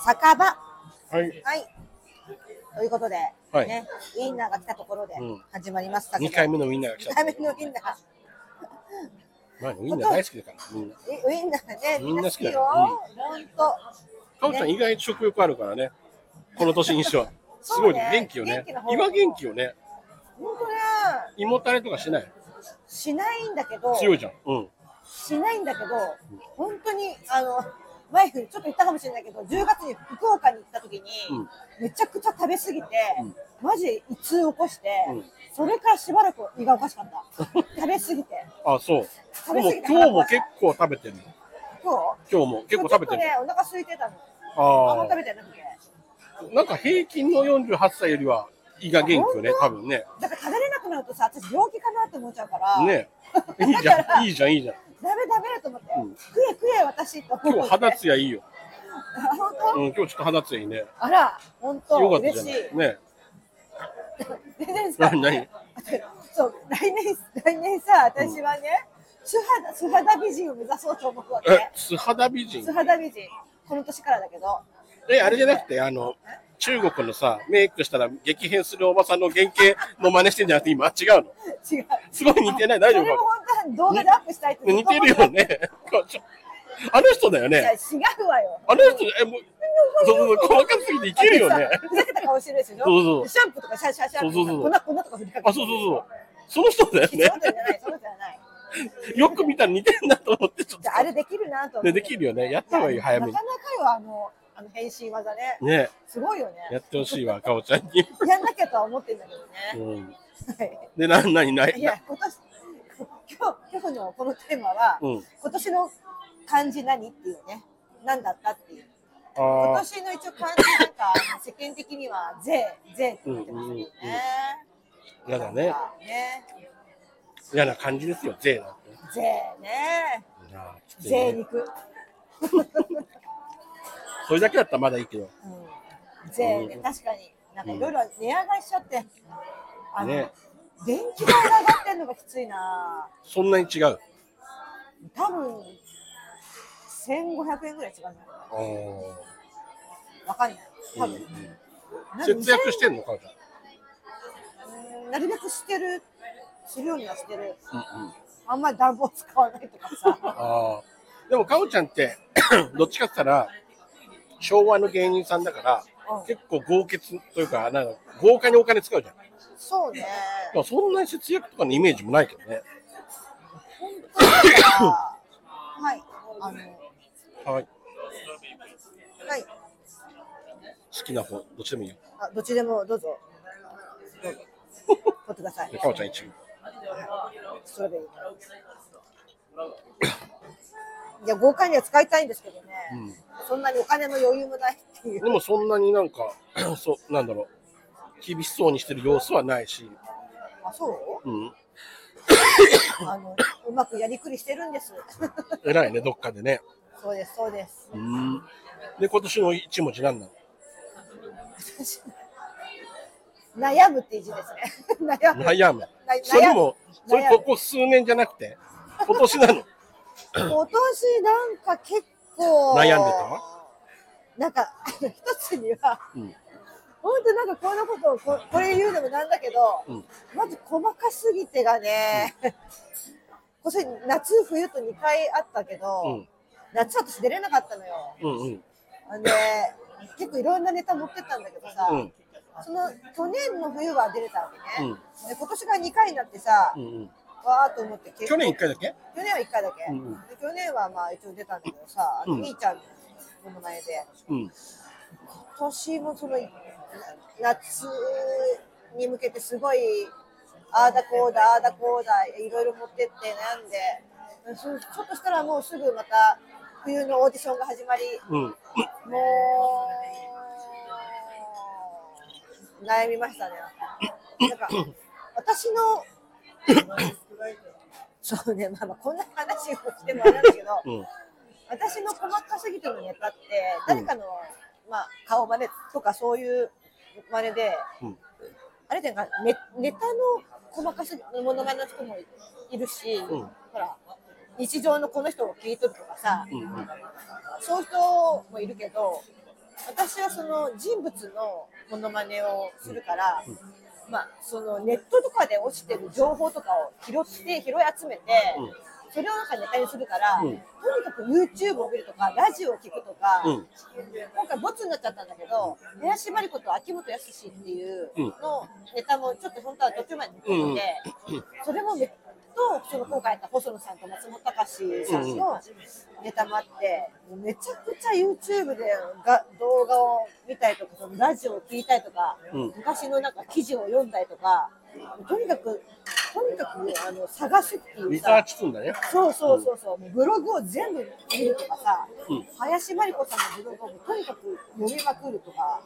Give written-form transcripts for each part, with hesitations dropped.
酒場。 はい。 はい。ということで、 はいね、ウインナーが来たところで始まりましたけど、 2回目のウインナーが来た。 2回目のウインナー。 まあ、ウインナー大好きだからみんな。 ウインナーね、みんな好きよ。ほんと。 かおちゃん意外と食欲あるからね。この年にしては。すごいね、元気よね。今元気よね。 ほんとね。 胃もたれとかしない？ しないんだけど。 強いじゃん。うん。 しないんだけど、本当に前ちょっと言ったかもしれないけど、10月に福岡に行った時に、めちゃくちゃ食べ過ぎて、マジで胃痛起こして、それからしばらく胃がおかしかった。食べ過ぎて。 あ、そう。今日も結構食べてる。 今日も結構食べてる。 ね、お腹空いてたの。あんま食べてなくて。 なんか平均の48歳よりは胃が元気よね、多分ね。 だから食べれなくなるとさ、私病気かなって思っちゃうから。 ね。いいじゃん、いいじゃん、いいじゃん。 ダメと思って。食え私と思って。 今日肌ツヤいいよ。 本当？ 今日ちょっと肌ツヤいいね。 あら、本当。 よかったじゃないね。 全然さ。 何？ そう、来年さ、私はね、素肌美人を目指そうと思うわけ。 素肌美人？ 素肌美人。この年からだけど。 あれじゃなくて、中国のさ、メイクしたら激変するおばさんの原型の真似してんじゃなくて今違うの？ 違う。 すごい似てない？大丈夫か？ それも本当に動画でアップしたいって似てるよね。あの人だよね。 違うわよ。 あの人、もう、そう細かすぎていけるよね。 ふざけた顔してるでしょ。 そうシャンプーとかシャンプーとか粉とか振りかけて。 あ、そうその人だよね。 その人じゃない。 よく見たら似てるなと思ってちょっと。 あれできるなと思って。 できるよね。やった方がいい、早めに。 なかなかよ、変身技ね。 ね。すごいよね。 やってほしいわ、かおちゃんに。 やんなきゃとは思ってるんだけどね。 で、何いや、今日のこのテーマは、今年の漢字何っていうね。何だったっていう。今年の一応漢字なんか、世間的には税って言ってますよね。 やだね。嫌な感じですよ、税なんて。 税ね。税肉。 それだけだったらまだいいけど。 税ね、確かに。なんかいろいろ値上がりしちゃって。電気代が上がってんのがきついな。 そんなに違う？ 多分1500円ぐらい違うんだよ。わかんない。多分。 節約してんのかおちゃん？なるべくするようにはしてる。あんまり暖房使わないとかさ。 でもかおちゃんってどっちかって言ったら昭和の芸人さんだから、結構豪傑というかなんか豪華にお金使うじゃん。 そうね。 そんなに節約とかのイメージもないけどね。 本当ははい。 はい。 はい。 好きな方どっちでもいいよ。 どっちでもどうぞ。取ってください。 かおちゃん一応。 ストロベリー。いや豪快には使いたいんですけどね。そんなにお金の余裕もないっていう。 でもそんなになんかなんだろう厳しそうにしてる様子はないし。 あ、そう？うまくやりくりしてるんです。 偉いね、どっかでね。 そうです。 で、今年の一文字何なの？ 悩むって字ですね。 悩む。それも、ここ数年じゃなくて、今年なの？今年なんか結構。 悩んでた？ なんか、一つには、本当なんかこんなことをこれ言うのもなんだけど、まず細かすぎてがね、夏冬と2回あったけど、夏私出れなかったのよ。で結構いろんなネタ持ってったんだけどさ、その去年の冬は出れたわけね。で今年が2回になってさ、わーと思って去年1回だけ？ 去年は1回だけ。で去年はまあ一応出たんだけどさ、みーちゃんの前で。今年もその夏に向けてすごいあーだこうだいろいろ持ってって悩んで、ちょっとしたらもうすぐまた冬のオーディションが始まり、もう悩みましたね。なんか私のそうね、まあこんな話をしてもあれなんだけど、私の細かすぎてのネタって誰かの顔真似とかそういう真似で、あれってなんかネタの細かすぎるものまねの人もいるし、ほら日常のこの人を切り取るとかさ、そういう人もいるけど、 私はその人物のモノマネをするから、まあ、そのネットとかで落ちてる情報とかを拾い集めて、それをなんかネタにするから、とにかく YouTube を見るとかラジオを聞くとか、今回ボツになっちゃったんだけど、林真理子と秋元康っていうのネタもちょっと本当は途中まで見てて、それもその今回やった細野さんと松本隆さんのネタもあって、めちゃくちゃ YouTube で動画を見たりとか、そのラジオを聞いたりとか、昔のなんか記事を読んだりとか、とにかく探すっていうリサーチするんだね。 そう、ブログを全部見るとかさ、林真理子さんのブログをとにかく読みまくるとか、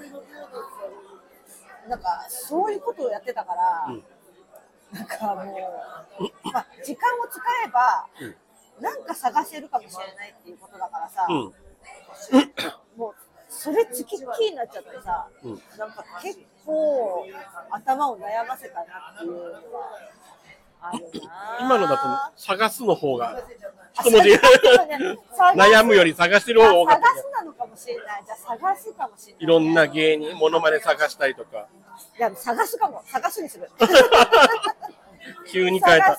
なんかそういうことをやってたから。なんかもう、まあ、時間を使えば、なんか探せるかもしれないっていうことだからさ、もうそれつきっきりになっちゃってさ、なんか結構頭を悩ませたなっていうのはあるな。 今のだと探すの方が一文字悩むより探してる方が多かった。 探すなのかもしれない。じゃあ探すかもしれない、ね。 いろんな芸人モノマネ探したりとか。 いや探すかも。探すにする。 急に変えた。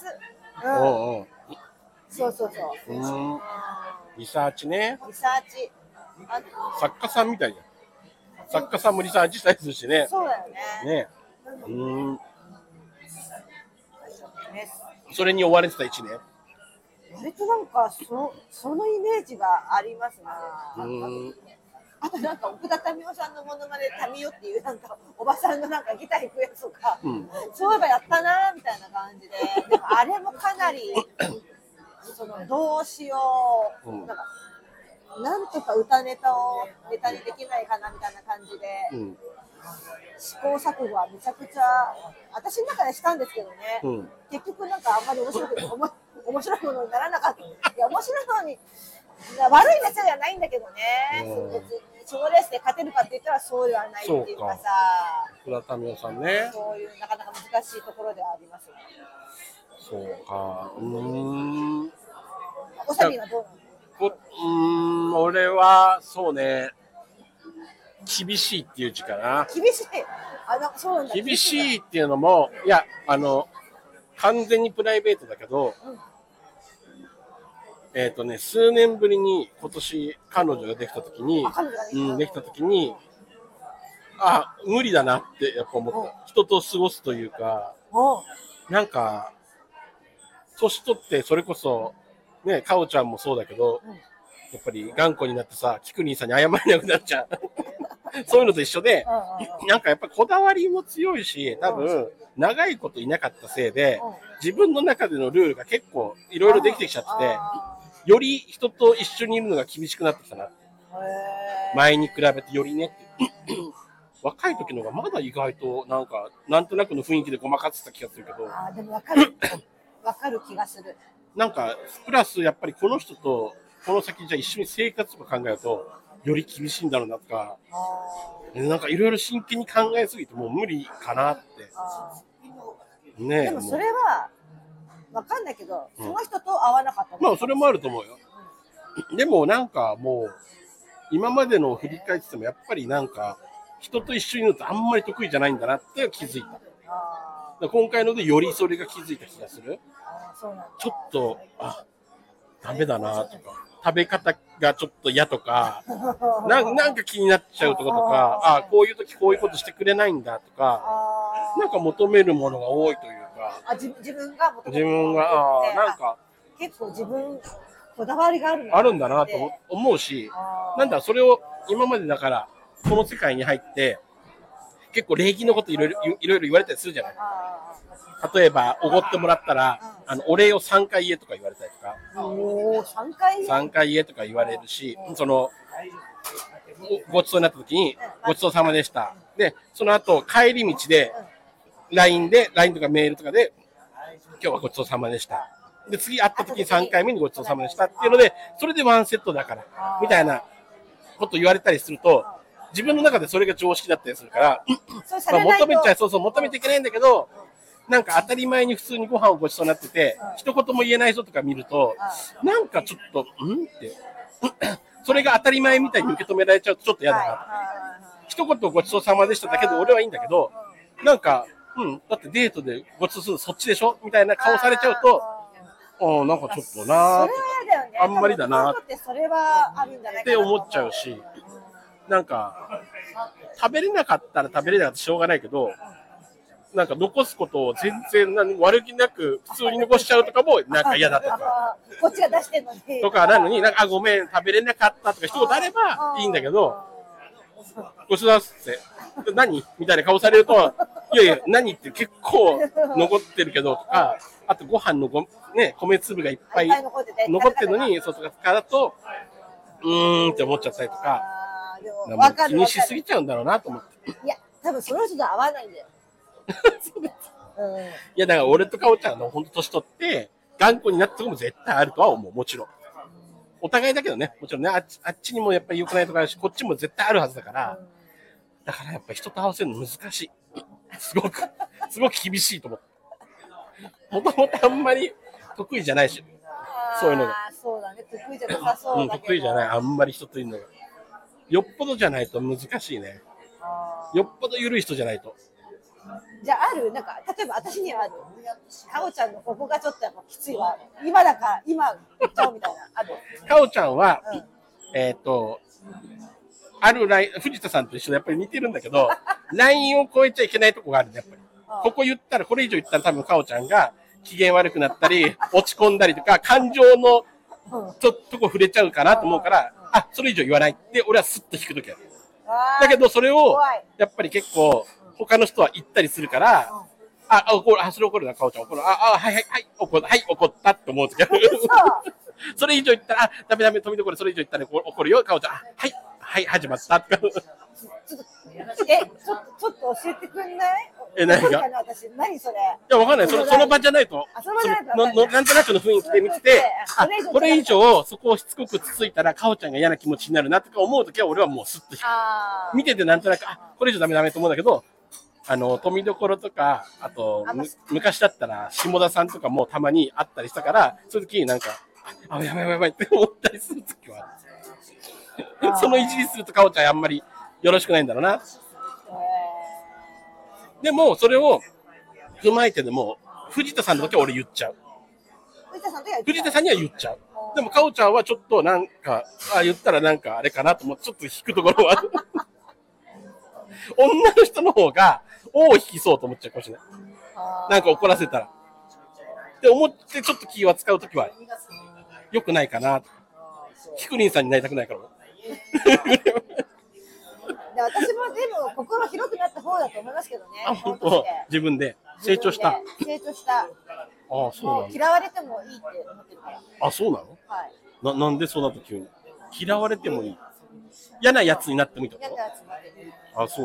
そう。 リサーチね。 リサーチ。 作家さんみたいじゃん。作家さんもリサーチしたりするしね。 そうだよね。 それに追われてた1年。 割となんかそのイメージがありますな。あとなんか奥田民生さんのものまね民生っていうなんかおばさんのなんかギター弾くやつとか、そういえばやったなみたいな感じで、でもあれもかなりそのどうしよう、なんとか歌ネタをネタにできないかなみたいな感じで、試行錯誤はめちゃくちゃ私の中でしたんですけどね、結局なんかあんまり面白いものにならなかった。いや面白いのに悪いネタじゃないんだけどね、別にそのレースで勝てるかって言ったらそうではないっていうかさ、 福田民生さんね、 そういうなかなか難しいところではありますね。 そうか。 おさびはどうなの？ 俺はそうね、厳しいっていう字かな。 厳しい。そうなんだ。 厳しいっていうのも、いや完全にプライベートだけど、数年ぶりに今年彼女ができた時に、無理だなってやっぱ思った。人と過ごすというか、なんか年取ってそれこそね、かおちゃんもそうだけど、やっぱり頑固になってさ、キク兄さんに謝れなくなっちゃう。そういうのと一緒で、なんかやっぱこだわりも強いし、多分長いこといなかったせいで、自分の中でのルールが結構いろいろできてきちゃってて、より人と一緒にいるのが厳しくなってきたな。前に比べてよりねって。若い時のがまだ意外となんとなくの雰囲気でごまかってた気がするけど。 でもわかる気がする。 なんかプラスやっぱりこの人とこの先じゃ一緒に生活とか考えるとより厳しいんだろうなとか、なんかいろいろ真剣に考えすぎてもう無理かなって。ね。 でもそれはわかんないけど、その人と会わなかった。 まあそれもあると思うよ。でもなんかもう今までのを振り返っててもやっぱりなんか人と一緒にいるとあんまり得意じゃないんだなって気づいた。今回のでよりそれが気づいた気がする。ちょっとダメだなとか、食べ方がちょっと嫌とか、なんか気になっちゃうとことか、こういう時こういうことしてくれないんだとか、なんか求めるものが多いというか、 自分がなんか結構自分こだわりがあるんだなと思うし、なんだそれを今までだからこの世界に入って結構礼儀のこといろいろ言われたりするじゃない。例えばおごってもらったら、お礼を3回言えとか言われたりとか、3回言えとか言われるし、そのごちそうになった時にごちそうさまでした。でその後帰り道で LINE とかメールとかで今日はごちそうさまでした。で次会った時に3回目にごちそうさまでしたっていうので、それでワンセットだからみたいなこと言われたりすると、自分の中でそれが常識だったりするから、求めていけないんだけど、なんか当たり前に普通にご飯をごちそうになってて、一言も言えない人とか見ると、なんかちょっとってそれが当たり前みたいに受け止められちゃうとちょっと嫌だな。一言ごちそうさまでしただけで俺はいいんだけど、なんか、だってデートでごちそうするのそっちでしょみたいな顔されちゃうと、なんかちょっとなーって、 それは嫌だよね。 あんまりだなってそれはあるんじゃないかなって思っちゃうし、なんか、食べれなかったら食べれなかったらしょうがないけど、なんか残すことを全然悪気なく普通に残しちゃうとかもなんか嫌だとか。 こっちが出してんのに。 とかなのに、なんか、ごめん、食べれなかったとか一言あればいいんだけど、ごちそうさまって、何みたいな顔されると、いやいや、何って結構残ってるけどとか、あとご飯の米粒がいっぱい残ってるのに、そうとかだと、って思っちゃったりとか、気にしすぎちゃうんだろうなと思って。 いや、多分その人と合わないんだよ。 いや、だから俺とかおちゃんの本当年取って、頑固になったとこも絶対あるとは思う、もちろん。お互いだけどね、もちろんね、あっちにもやっぱり良くないとかあるし、こっちも絶対あるはずだから、だからやっぱ人と合わせるの難しい。すごく厳しいと思って。もともとあんまり得意じゃないし、そういうのが。 そうだね、得意じゃなさそうだけど。 得意じゃない、あんまり人といるのが。よっぽどじゃないと難しいね。よっぽど緩い人じゃないと。 じゃあなんか例えば私にはある。かおちゃんのここがちょっとやっぱきついわ。今行っちゃおうみたいなある。 かおちゃんは、藤田さんと一緒でやっぱり似てるんだけど、ラインを越えちゃいけないとこがあるね、やっぱり。これ以上言ったら多分かおちゃんが機嫌悪くなったり、落ち込んだりとか、感情のとこ触れちゃうかなと思うから、それ以上言わないって俺はスッと引くときある。だけどそれを、やっぱり結構、他の人は言ったりするから、それ怒るな、かおちゃん怒る。怒ったって思うときある。それ以上言ったら、ダメ、富所それ以上言ったら怒るよ、かおちゃん。始まった。ちょっと教えてくんない？ 何が？ 何それ？いや、わかんない。その場じゃないと。なんとなくの雰囲気で見てて、これ以上そこをしつこくつついたら、かおちゃんが嫌な気持ちになるなとか思うときは、俺はもうスッと引く。見ててなんとなく、これ以上ダメと思うんだけど、富所とか、あと、昔だったら、下田さんとかもたまにあったりしたから、そういう時になんか、やばいって思ったりする時はある。そのいじりするとかおちゃんあんまりよろしくないんだろうな。でも、それを踏まえてでも、藤田さんの時は俺言っちゃう。藤田さんには言っちゃう。でも、かおちゃんはちょっとなんか、言ったらなんかあれかなと思って、ちょっと引くところはある。女の人の方が、引きそうと思っちゃうかもしれない。なんか怒らせたら。って思って、ちょっと気は使うときは、良くないかな。ヒクリンさんになりたくないから。 私もでも心広くなった方だと思いますけどね。 本当自分で成長した。 そうなの。嫌われてもいいって思ってるから。 そうなの？ はい。 なんでそうなった急に。嫌われてもいい。嫌なやつになってもいいってこと？嫌なやつになってもいい。そう。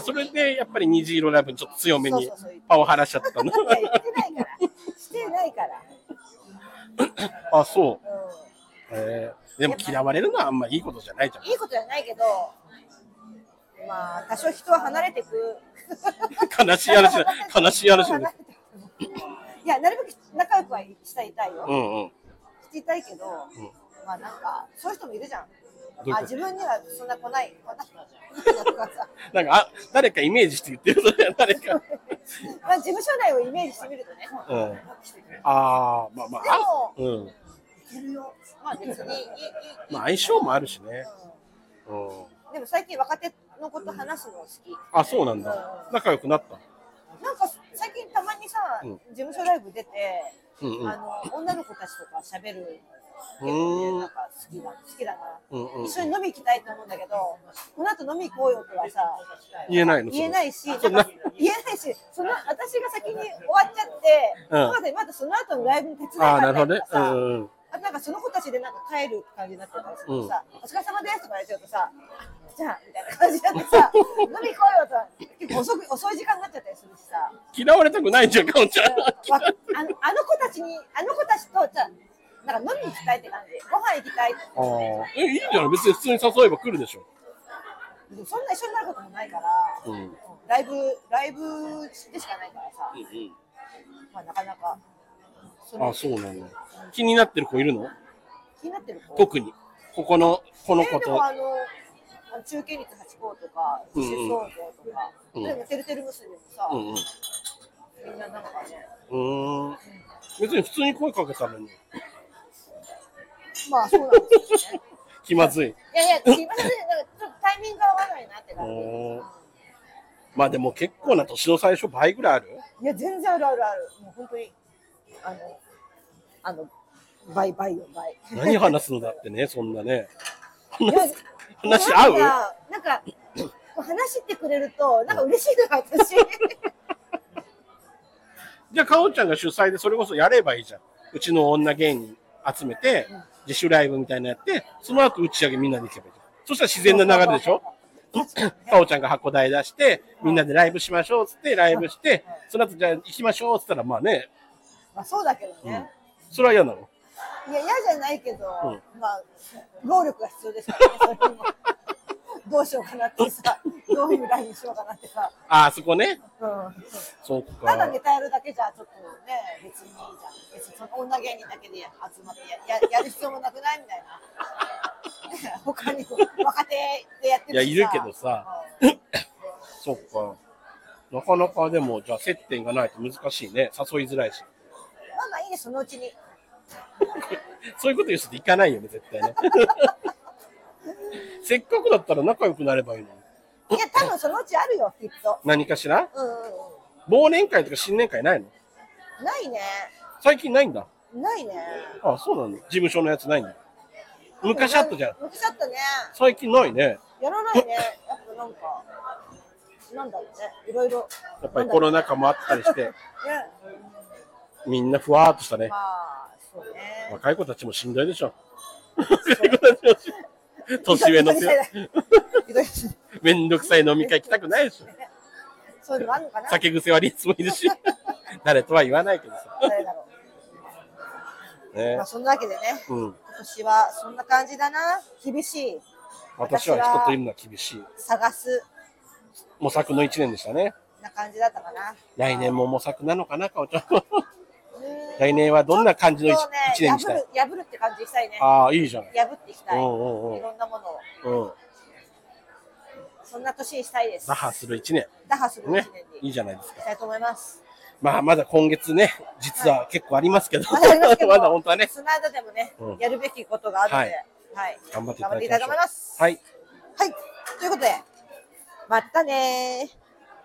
それでやっぱり虹色ライブにちょっと強めにパワハラしちゃったの。 してないから。 そう。でも嫌われるのはあんまいいことじゃないじゃん。 いいことじゃないけど、まあ多少人は離れていく。 悲しい話だ。 いや、なるべく仲良くはしていたいよ。していたいけど、まあなんかそういう人もいるじゃん。自分にはそんな来ない。 なんか誰かイメージして言ってる誰か。 まあ事務所内をイメージしてみるとね。 まあ。 でも、いけるよ。まあ別にいい。 まあ相性もあるしね。 でも最近若手のこと話すの好き。 そうなんだ。仲良くなった。 なんか最近たまにさ、事務所ライブ出て、女の子たちとか喋る。なんか好きだな。一緒に飲み行きたいと思うんだけど、この後飲み行こうよとはさ、 言えないし、私が先に終わっちゃって、まだその後のライブに手伝いがあったりとかさ、なんかその子たちでなんか帰る感じになってたりするとさ、お疲れ様ですとか言われちゃうとさ、じゃあみたいな感じになってさ、飲み行こうよと結構遅い時間になっちゃったりするしさ。 嫌われたくないじゃん、かおちゃん。 あの子たちとじゃなんか飲みに行きたいって感じ。ご飯行きたいって。 いいじゃん。別に普通に誘えば来るでしょ。 そんな一緒になることもないから、ライブでしかないからさ。まあなかなか。 そうなんだ。気になってる子いるの？ 気になってる子？ 特に。 この子でと。 も中堅率8校とか、自主創造とか、でもてるてる娘もさ、みんななんかね。 別に普通に声かけたのに。 まあそうなんですよね。 気まずい。 いや、気まずい。なんかちょっとタイミング合わないなって感じ。 まあでも結構な年の最初倍ぐらいある？ いや、全然ある。もう本当に、倍よ、倍。 何話すのだってね、そんなね。 話合う？なんか、話してくれると、なんか嬉しいな、私。 じゃあ、かおちゃんが主催でそれこそやればいいじゃん。うちの女芸人集めて、自主ライブみたいなのやって、その後打ち上げみんなで行けばいいじゃん。そしたら自然な流れでしょ？かおちゃんが箱台出して、みんなでライブしましょうっつって、ライブして、その後じゃあ行きましょうっつったら、まあね。 まあそうだけどね。 それは嫌なの？ いや、嫌じゃないけど、まあ、労力が必要ですからね、それも。どうしようかなってさ、どういうラインにしようかなってさ。 あそこね。そうか。 ただネタやるだけじゃちょっとね、別にいいじゃん。別にその女芸人だけで集まってやる必要もなくないみたいな。他に若手でやってるしさ。 いや、いるけどさ。そっか。なかなかでも、じゃあ接点がないと難しいね。誘いづらいし。 まあいいね、そのうちに。 そういうこと言う人って行かないよね、絶対ね。せっかくだったら仲良くなればいいのに。 いや、多分そのうちあるよ、きっと。 何かしら？忘年会とか新年会ないの？ ないね。 最近ないんだ。 ないね。 あ、そうなの？事務所のやつないんだ。昔あったじゃん。 昔あったね。 最近ないね。 やらないね。やっぱなんか、なんだろうね。いろいろ。 やっぱりコロナ禍もあったりして、みんなふわーっとしたね。 まあ、そうね。 若い子たちもしんどいでしょ。若い子たちも年上のめんどくさい飲み会来たくないでしょ。 そういうのあるのかな。 酒癖悪いやつもいるし、誰とは言わないけどさ。 誰だろう。ね、まあそんなわけでね、今年はそんな感じだな。厳しい。 私は人といるのは厳しい。 探す。 模索の1年でしたね。 な感じだったかな。 来年も模索なのかな、かおちゃん。来年はどんな感じの1年にしたい？ 破るって感じにしたいね。 ああ、いいじゃん。 破っていきたい。いろんなものを。そんな年にしたいです。 打破する1年。 打破する1年に。 いいじゃないですか。 したいと思います。 まあ、まだ今月ね、実は結構ありますけど、まだ本当はね。 その間でもね、やるべきことがあるので、はい。 頑張っていただきたいと思います。 はい。 はい。ということで、またねー。